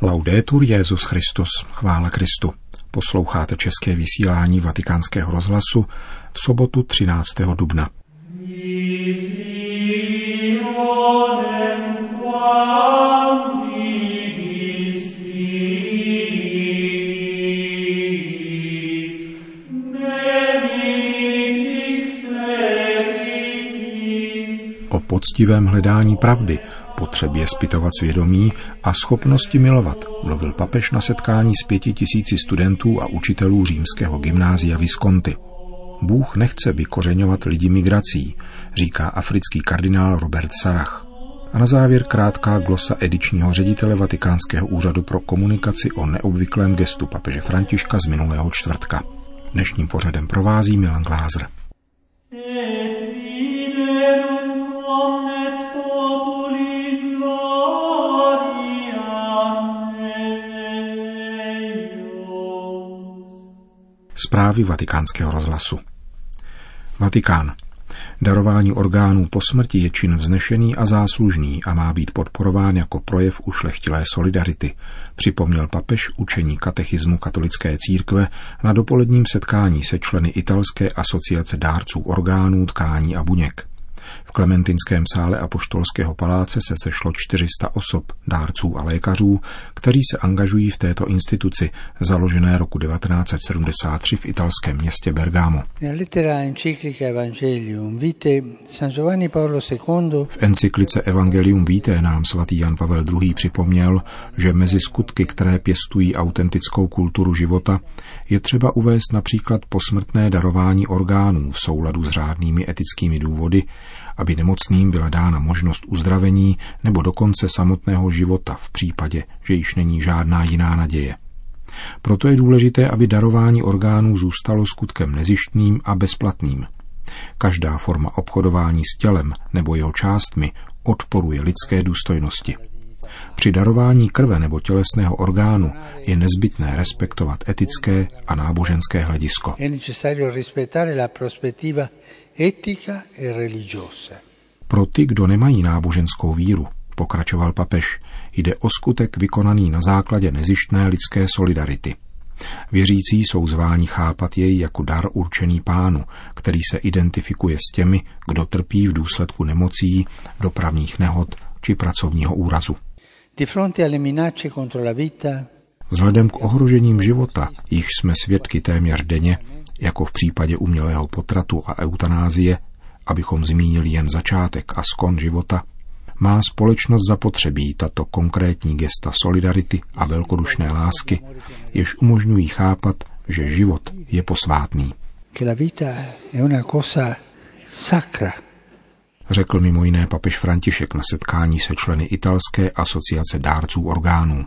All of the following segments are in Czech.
Laudetur Jesus Christus, chvála Kristu. Posloucháte české vysílání Vatikánského rozhlasu v sobotu 13. dubna. O poctivém hledání pravdy, potřebě zpytovat svědomí a schopnosti milovat mluvil papež na setkání s 5000 studentů a učitelů římského gymnázia Visconti. Bůh nechce vykořeňovat lidi migrací, říká africký kardinál Robert Sarach. A na závěr krátká glosa edičního ředitele Vatikánského úřadu pro komunikaci o neobvyklém gestu papeže Františka z minulého čtvrtka. Dnešním pořadem provází Milan Glázer. Zprávy Vatikánského rozhlasu. Vatikán. Darování orgánů po smrti je čin vznešený a záslužný a má být podporován jako projev ušlechtilé solidarity, připomněl papež učení katechismu katolické církve na dopoledním setkání se členy italské asociace dárců orgánů, tkání a buněk. V Klementinském sále Apoštolského paláce se sešlo 400 osob, dárců a lékařů, kteří se angažují v této instituci, založené roku 1973 v italském městě Bergamo. V encyklice Evangelium Vitae nám svatý Jan Pavel II. Připomněl, že mezi skutky, které pěstují autentickou kulturu života, je třeba uvést například posmrtné darování orgánů v souladu s řádnými etickými důvody, aby nemocným byla dána možnost uzdravení nebo dokonce samotného života v případě, že již není žádná jiná naděje. Proto je důležité, aby darování orgánů zůstalo skutkem nezištným a bezplatným. Každá forma obchodování s tělem nebo jeho částmi odporuje lidské důstojnosti. Při darování krve nebo tělesného orgánu je nezbytné respektovat etické a náboženské hledisko. Pro ty, kdo nemají náboženskou víru, pokračoval papež, jde o skutek vykonaný na základě nezištné lidské solidarity. Věřící jsou zváni chápat jej jako dar určený Pánu, který se identifikuje s těmi, kdo trpí v důsledku nemocí, dopravních nehod či pracovního úrazu. Vzhledem k ohrožením života, jichž jsme svědky téměř denně, jako v případě umělého potratu a eutanázie, abychom zmínili jen začátek a skon života, má společnost zapotřebí tato konkrétní gesta solidarity a velkodušné lásky, jež umožňují chápat, že život je posvátný. Řekl mimo jiné papež František na setkání se členy italské asociace dárců orgánů.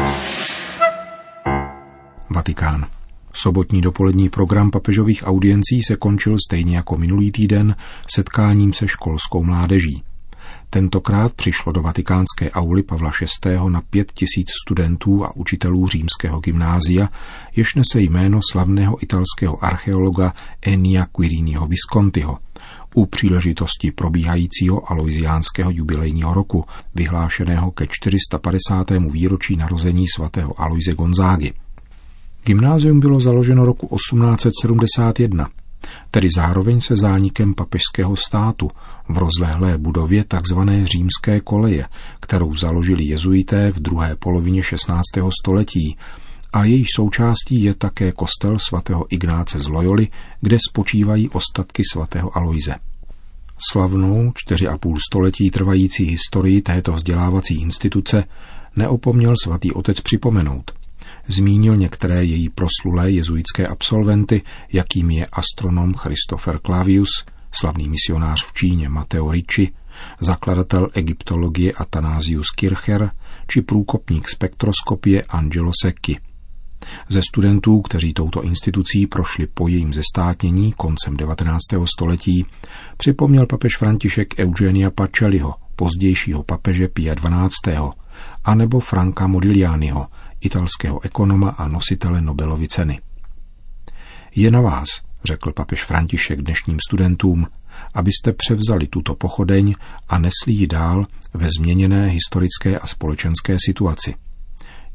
Vatikán. Sobotní dopolední program papežových audiencí se končil stejně jako minulý týden setkáním se školskou mládeží. Tentokrát přišlo do vatikánské auly Pavla VI. Na 5000 studentů a učitelů římského gymnázia, jež nese jméno slavného italského archeologa Ennio Quiriniho Viscontiho, u příležitosti probíhajícího aloisiánského jubilejního roku, vyhlášeného ke 450. výročí narození svatého Aloise Gonzágy. Gymnázium bylo založeno roku 1871, tedy zároveň se zánikem papežského státu v rozlehlé budově tzv. Římské koleje, kterou založili jezuité v druhé polovině 16. století, a jejíž součástí je také kostel svatého Ignáce z Loyoli, kde spočívají ostatky svatého Aloise. Slavnou 4,5 století trvající historii této vzdělávací instituce neopomněl svatý otec připomenout. Zmínil některé její proslulé jezuitské absolventy, jakým je astronom Christopher Clavius, slavný misionář v Číně Matteo Ricci, zakladatel egyptologie Athanasius Kircher či průkopník spektroskopie Angelo Secchi. Ze studentů, kteří touto institucí prošli po jejím zestátnění koncem 19. století, připomněl papež František Eugenia Pacelliho, pozdějšího papeže Pia XII., anebo Franca Modiglianiho, italského ekonoma a nositele Nobelovy ceny. Je na vás, řekl papež František dnešním studentům, abyste převzali tuto pochodeň a nesli ji dál ve změněné historické a společenské situaci.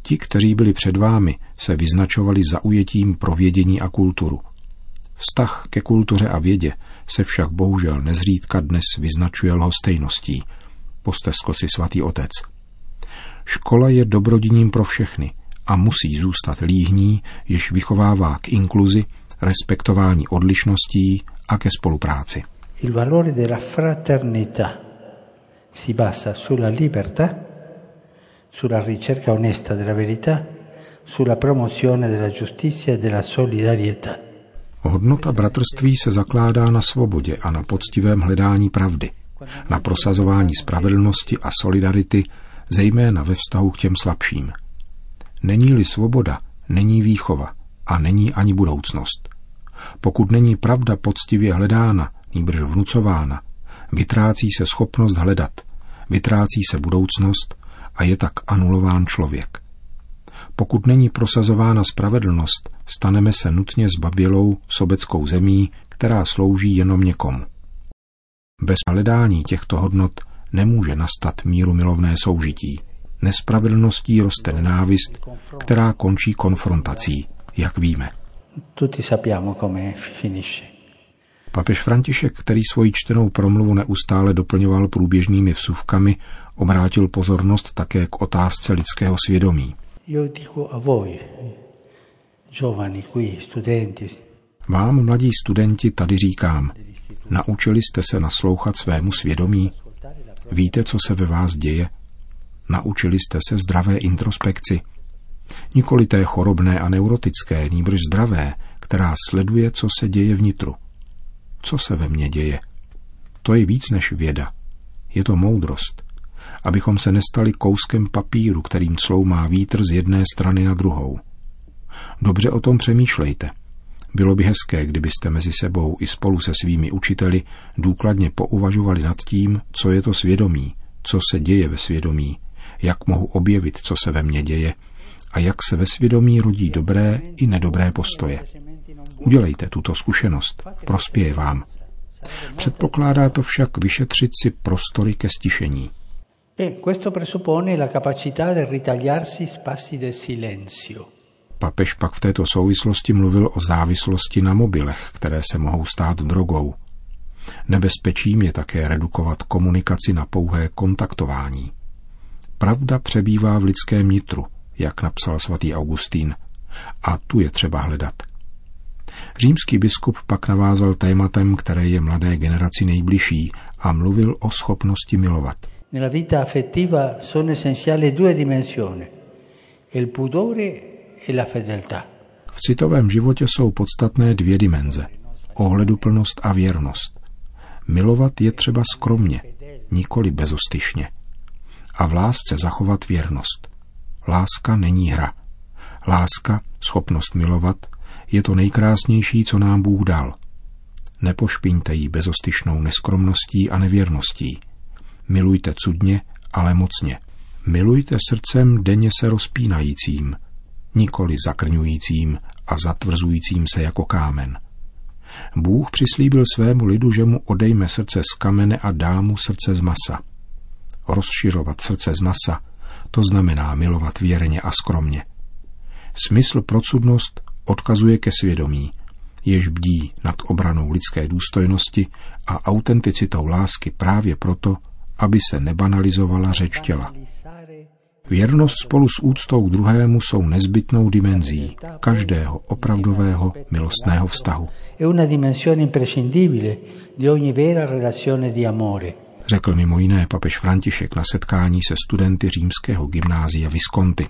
Ti, kteří byli před vámi, se vyznačovali zaujetím pro vědění a kulturu. Vztah ke kultuře a vědě se však bohužel nezřídka dnes vyznačuje lhostejností, posteskl si svatý otec. Škola je dobrodiním pro všechny a musí zůstat líhní, jež vychovává k inkluzi, respektování odlišností a ke spolupráci. Il valore della fraternità si basa sulla libertà, sulla ricerca onesta della verità, sulla promozione della giustizia e della solidarietà. Hodnota bratrství se zakládá na svobodě a na poctivém hledání pravdy, na prosazování spravedlnosti a solidarity, zejména ve vztahu k těm slabším. Není-li svoboda, není výchova a není ani budoucnost. Pokud není pravda poctivě hledána, nýbrž vnucována, vytrácí se schopnost hledat, vytrácí se budoucnost a je tak anulován člověk. Pokud není prosazována spravedlnost, staneme se nutně zbabělou sobeckou zemí, která slouží jenom někomu. Bez hledání těchto hodnot nemůže nastat mírumilovné soužití. Nespravedlností roste nenávist, která končí konfrontací, jak víme. Papež František, který svoji čtenou promluvu neustále doplňoval průběžnými vsuvkami, obrátil pozornost také k otázce lidského svědomí. Vám, mladí studenti, tady říkám, naučili jste se naslouchat svému svědomí? Víte, co se ve vás děje? Naučili jste se zdravé introspekci? Nikoli té chorobné a neurotické, nýbrž zdravé, která sleduje, co se děje vnitru. Co se ve mně děje? To je víc než věda. Je to moudrost. Abychom se nestali kouskem papíru, kterým cloumá vítr z jedné strany na druhou. Dobře o tom přemýšlejte. Bylo by hezké, kdybyste mezi sebou i spolu se svými učiteli důkladně pouvažovali nad tím, co je to svědomí, co se děje ve svědomí, jak mohu objevit, co se ve mně děje a jak se ve svědomí rodí dobré i nedobré postoje. Udělejte tuto zkušenost, prospěje vám. Předpokládá to však vyšetřit si prostory ke stišení. Papež pak v této souvislosti mluvil o závislosti na mobilech, které se mohou stát drogou. Nebezpečím je také redukovat komunikaci na pouhé kontaktování. Pravda přebývá v lidském nitru, jak napsal svatý Augustín, a tu je třeba hledat. Římský biskup pak navázal tématem, které je mladé generaci nejbližší, a mluvil o schopnosti milovat. Nella vita affettiva sono essenziali due dimensioni, il pudore e la fedeltà. V citovém životě jsou podstatné dvě dimenze, ohleduplnost a věrnost. Milovat je třeba skromně, nikoli bezostyšně. A v lásce zachovat věrnost. Láska není hra. Láska, schopnost milovat, je to nejkrásnější, co nám Bůh dal. Nepošpiňte ji bezostyšnou neskromností a nevěrností. Milujte cudně, ale mocně. Milujte srdcem denně se rozpínajícím, nikoli zakrňujícím a zatvrzujícím se jako kámen. Bůh přislíbil svému lidu, že mu odejme srdce z kamene a dá mu srdce z masa. Rozšiřovat srdce z masa, to znamená milovat věrně a skromně. Smysl pro cudnost odkazuje ke svědomí, jež bdí nad obranou lidské důstojnosti a autenticitou lásky právě proto, aby se nebanalizovala řeč těla. Věrnost spolu s úctou druhému jsou nezbytnou dimenzí každého opravdového milostného vztahu. Řekl mimo jiné papež František na setkání se studenty římského gymnázia Visconti.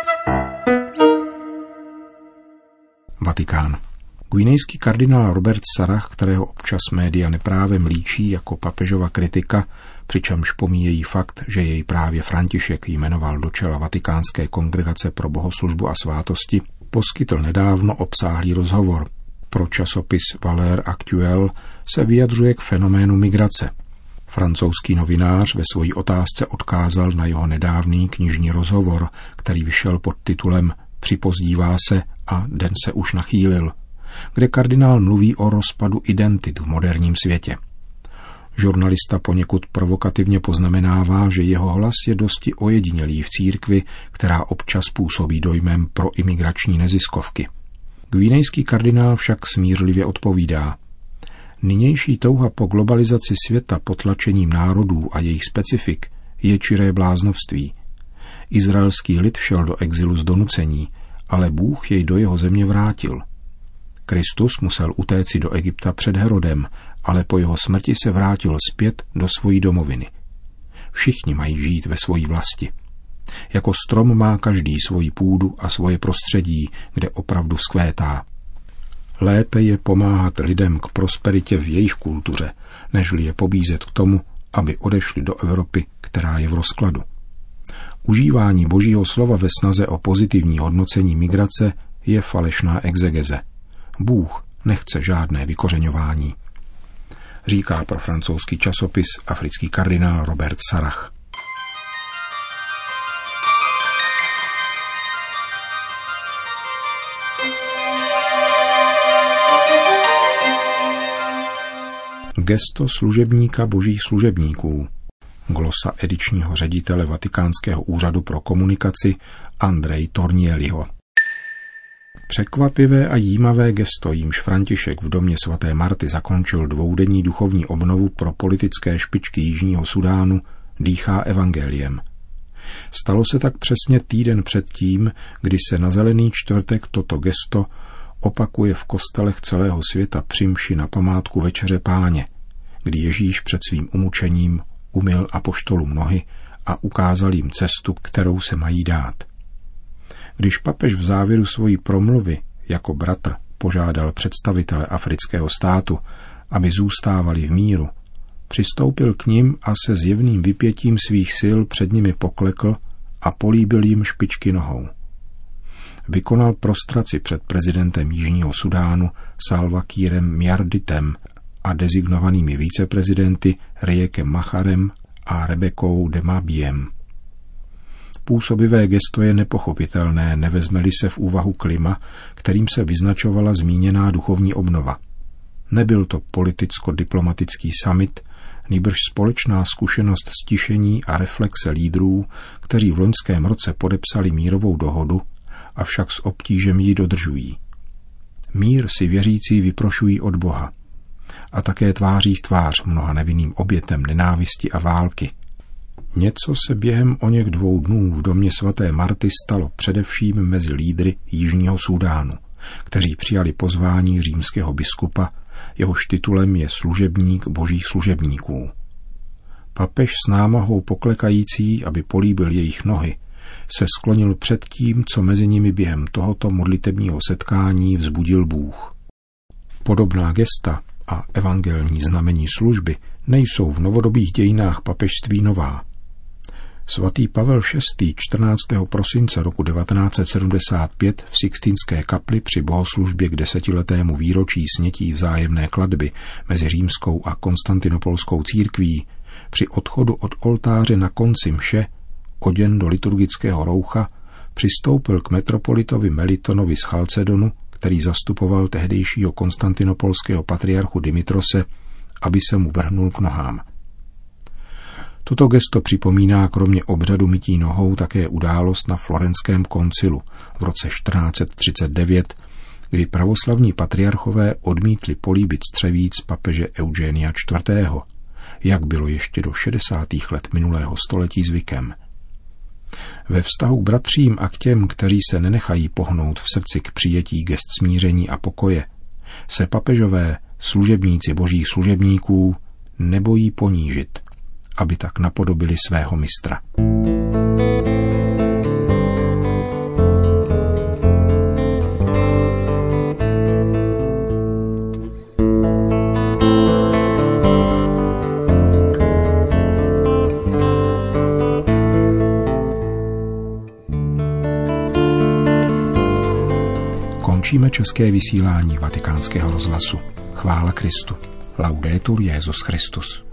Vatikán. Guinejský kardinál Robert Sarah, kterého občas média neprávem líčí jako papežova kritika, přičemž pomíjejí fakt, že jej právě František jmenoval do čela Vatikánské kongregace pro bohoslužbu a svátosti, poskytl nedávno obsáhlý rozhovor. Pro časopis Valeurs Actuelles se vyjadřuje k fenoménu migrace. Francouzský novinář ve své otázce odkázal na jeho nedávný knižní rozhovor, který vyšel pod titulem Připozdívá se a den se už nachýlil, kde kardinál mluví o rozpadu identit v moderním světě. Žurnalista poněkud provokativně poznamenává, že jeho hlas je dosti ojedinělý v církvi, která občas působí dojmem pro imigrační neziskovky. Guinejský kardinál však smířlivě odpovídá: nynější touha po globalizaci světa potlačením národů a jejich specifik je čiré bláznovství. Izraelský lid šel do exilu z donucení, ale Bůh jej do jeho země vrátil. Kristus musel utéci do Egypta před Herodem, ale po jeho smrti se vrátil zpět do svojí domoviny. Všichni mají žít ve svojí vlasti. Jako strom má každý svoji půdu a svoje prostředí, kde opravdu vzkvétá. Lépe je pomáhat lidem k prosperitě v jejich kultuře, nežli je pobízet k tomu, aby odešli do Evropy, která je v rozkladu. Užívání Božího slova ve snaze o pozitivní hodnocení migrace je falešná exegeze. Bůh nechce žádné vykořeňování, říká pro francouzský časopis africký kardinál Robert Sarach. Gesto služebníka božích služebníků. Glosa edičního ředitele Vatikánského úřadu pro komunikaci Andrej Tornieliho. Překvapivé a jímavé gesto, jímž František v domě svaté Marty zakončil dvoudenní duchovní obnovu pro politické špičky Jižního Sudánu, dýchá evangeliem. Stalo se tak přesně týden předtím, kdy se na Zelený čtvrtek toto gesto opakuje v kostelech celého světa při mši na památku Večeře Páně, kdy Ježíš před svým umučením umyl apoštolům nohy a ukázal jim cestu, kterou se mají dát. Když papež v závěru svojí promluvy jako bratr požádal představitele afrického státu, aby zůstávali v míru, přistoupil k nim a se zjevným vypětím svých sil před nimi poklekl a políbil jim špičky nohou. Vykonal prostraci před prezidentem Jižního Sudánu Salva Kiirem Miarditem a designovanými víceprezidenty Riekem Macharem a Rebekou Demabiem. Působivé gesto je nepochopitelné, nevezme-li se v úvahu klima, kterým se vyznačovala zmíněná duchovní obnova. Nebyl to politicko-diplomatický summit, nýbrž společná zkušenost stišení a reflexe lídrů, kteří v loňském roce podepsali mírovou dohodu, avšak s obtížem ji dodržují. Mír si věřící vyprošují od Boha a také tváří v tvář mnoha nevinným obětem nenávisti a války. Něco se během oněch 2 dnů v domě svaté Marty stalo především mezi lídry Jižního Súdánu, kteří přijali pozvání římského biskupa, jehož titulem je služebník božích služebníků. Papež s námahou poklekající, aby políbil jejich nohy, se sklonil před tím, co mezi nimi během tohoto modlitebního setkání vzbudil Bůh. Podobná gesta a evangelní znamení služby nejsou v novodobých dějinách papežství nová. Svatý Pavel VI. 14. prosince roku 1975 v Sixtinské kapli při bohoslužbě k 10letému výročí snětí vzájemné klatby mezi římskou a konstantinopolskou církví při odchodu od oltáře na konci mše, oděn do liturgického roucha, přistoupil k metropolitovi Melitonovi z Chalcedonu, který zastupoval tehdejšího konstantinopolského patriarchu Dimitrose, aby se mu vrhnul k nohám. Toto gesto připomíná kromě obřadu mytí nohou také událost na Florenském koncilu v roce 1439, kdy pravoslavní patriarchové odmítli políbit střevíc papeže Eugenia IV., jak bylo ještě do 60. let minulého století zvykem. Ve vztahu k bratřím a k těm, kteří se nenechají pohnout v srdci k přijetí gest smíření a pokoje, se papežové, služebníci božích služebníků, nebojí ponížit, aby tak napodobili svého mistra. Končíme české vysílání Vatikánského rozhlasu. Chvála Kristu. Laudetur Jesus Christus.